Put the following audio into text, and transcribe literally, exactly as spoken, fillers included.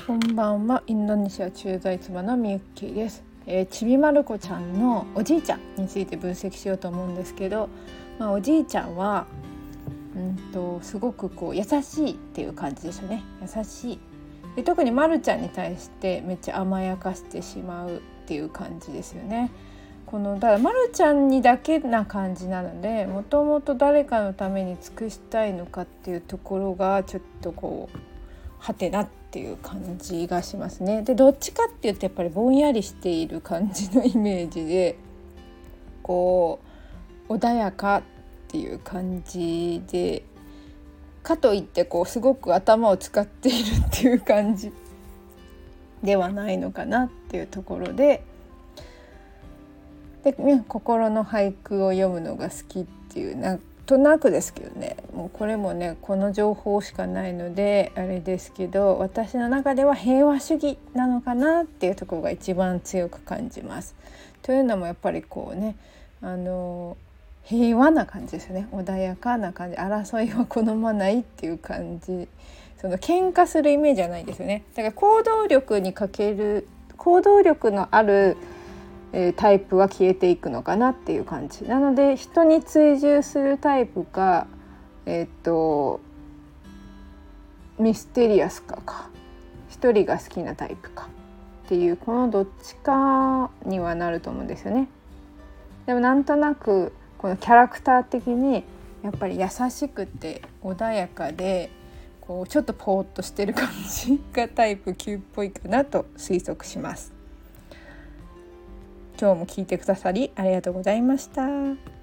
こんばんは。インドネシア駐在妻のみゆきです。えー、ちびまる子ちゃんのおじいちゃんについて分析しようと思うんですけど、まあ、おじいちゃんはうんとすごくこう優しいっていう感じですよね。優しいで、特にまるちゃんに対してめっちゃ甘やかしてしまうっていう感じですよね。このだからまるちゃんにだけな感じなので、もともと誰かのために尽くしたいのかっていうところがちょっとこうはてなっていう感じがしますね。でどっちかっていうとやっぱりぼんやりしている感じのイメージで、こう穏やかっていう感じで、かといってこうすごく頭を使っているっていう感じではないのかなっていうところで、で、ね、心の俳句を読むのが好きっていう、なんとなくですけどね、もうこれもねこの情報しかないのであれですけど、私の中では平和主義なのかなっていうところが一番強く感じます。というのもやっぱりこうね、あの平和な感じですよね。穏やかな感じ、争いは好まないっていう感じ、その喧嘩するイメージはないですよね。だから行動力に欠ける行動力のあるタイプは消えていくのかなっていう感じなので、人に追従するタイプか、えっとミステリアスかか一人が好きなタイプかっていう、このどっちかにはなると思うんですよね。でもなんとなくこのキャラクター的にやっぱり優しくて穏やかで、こうちょっとポーっとしてる感じがタイプきゅうっぽいかなと推測します。今日も聞いてくださりありがとうございました。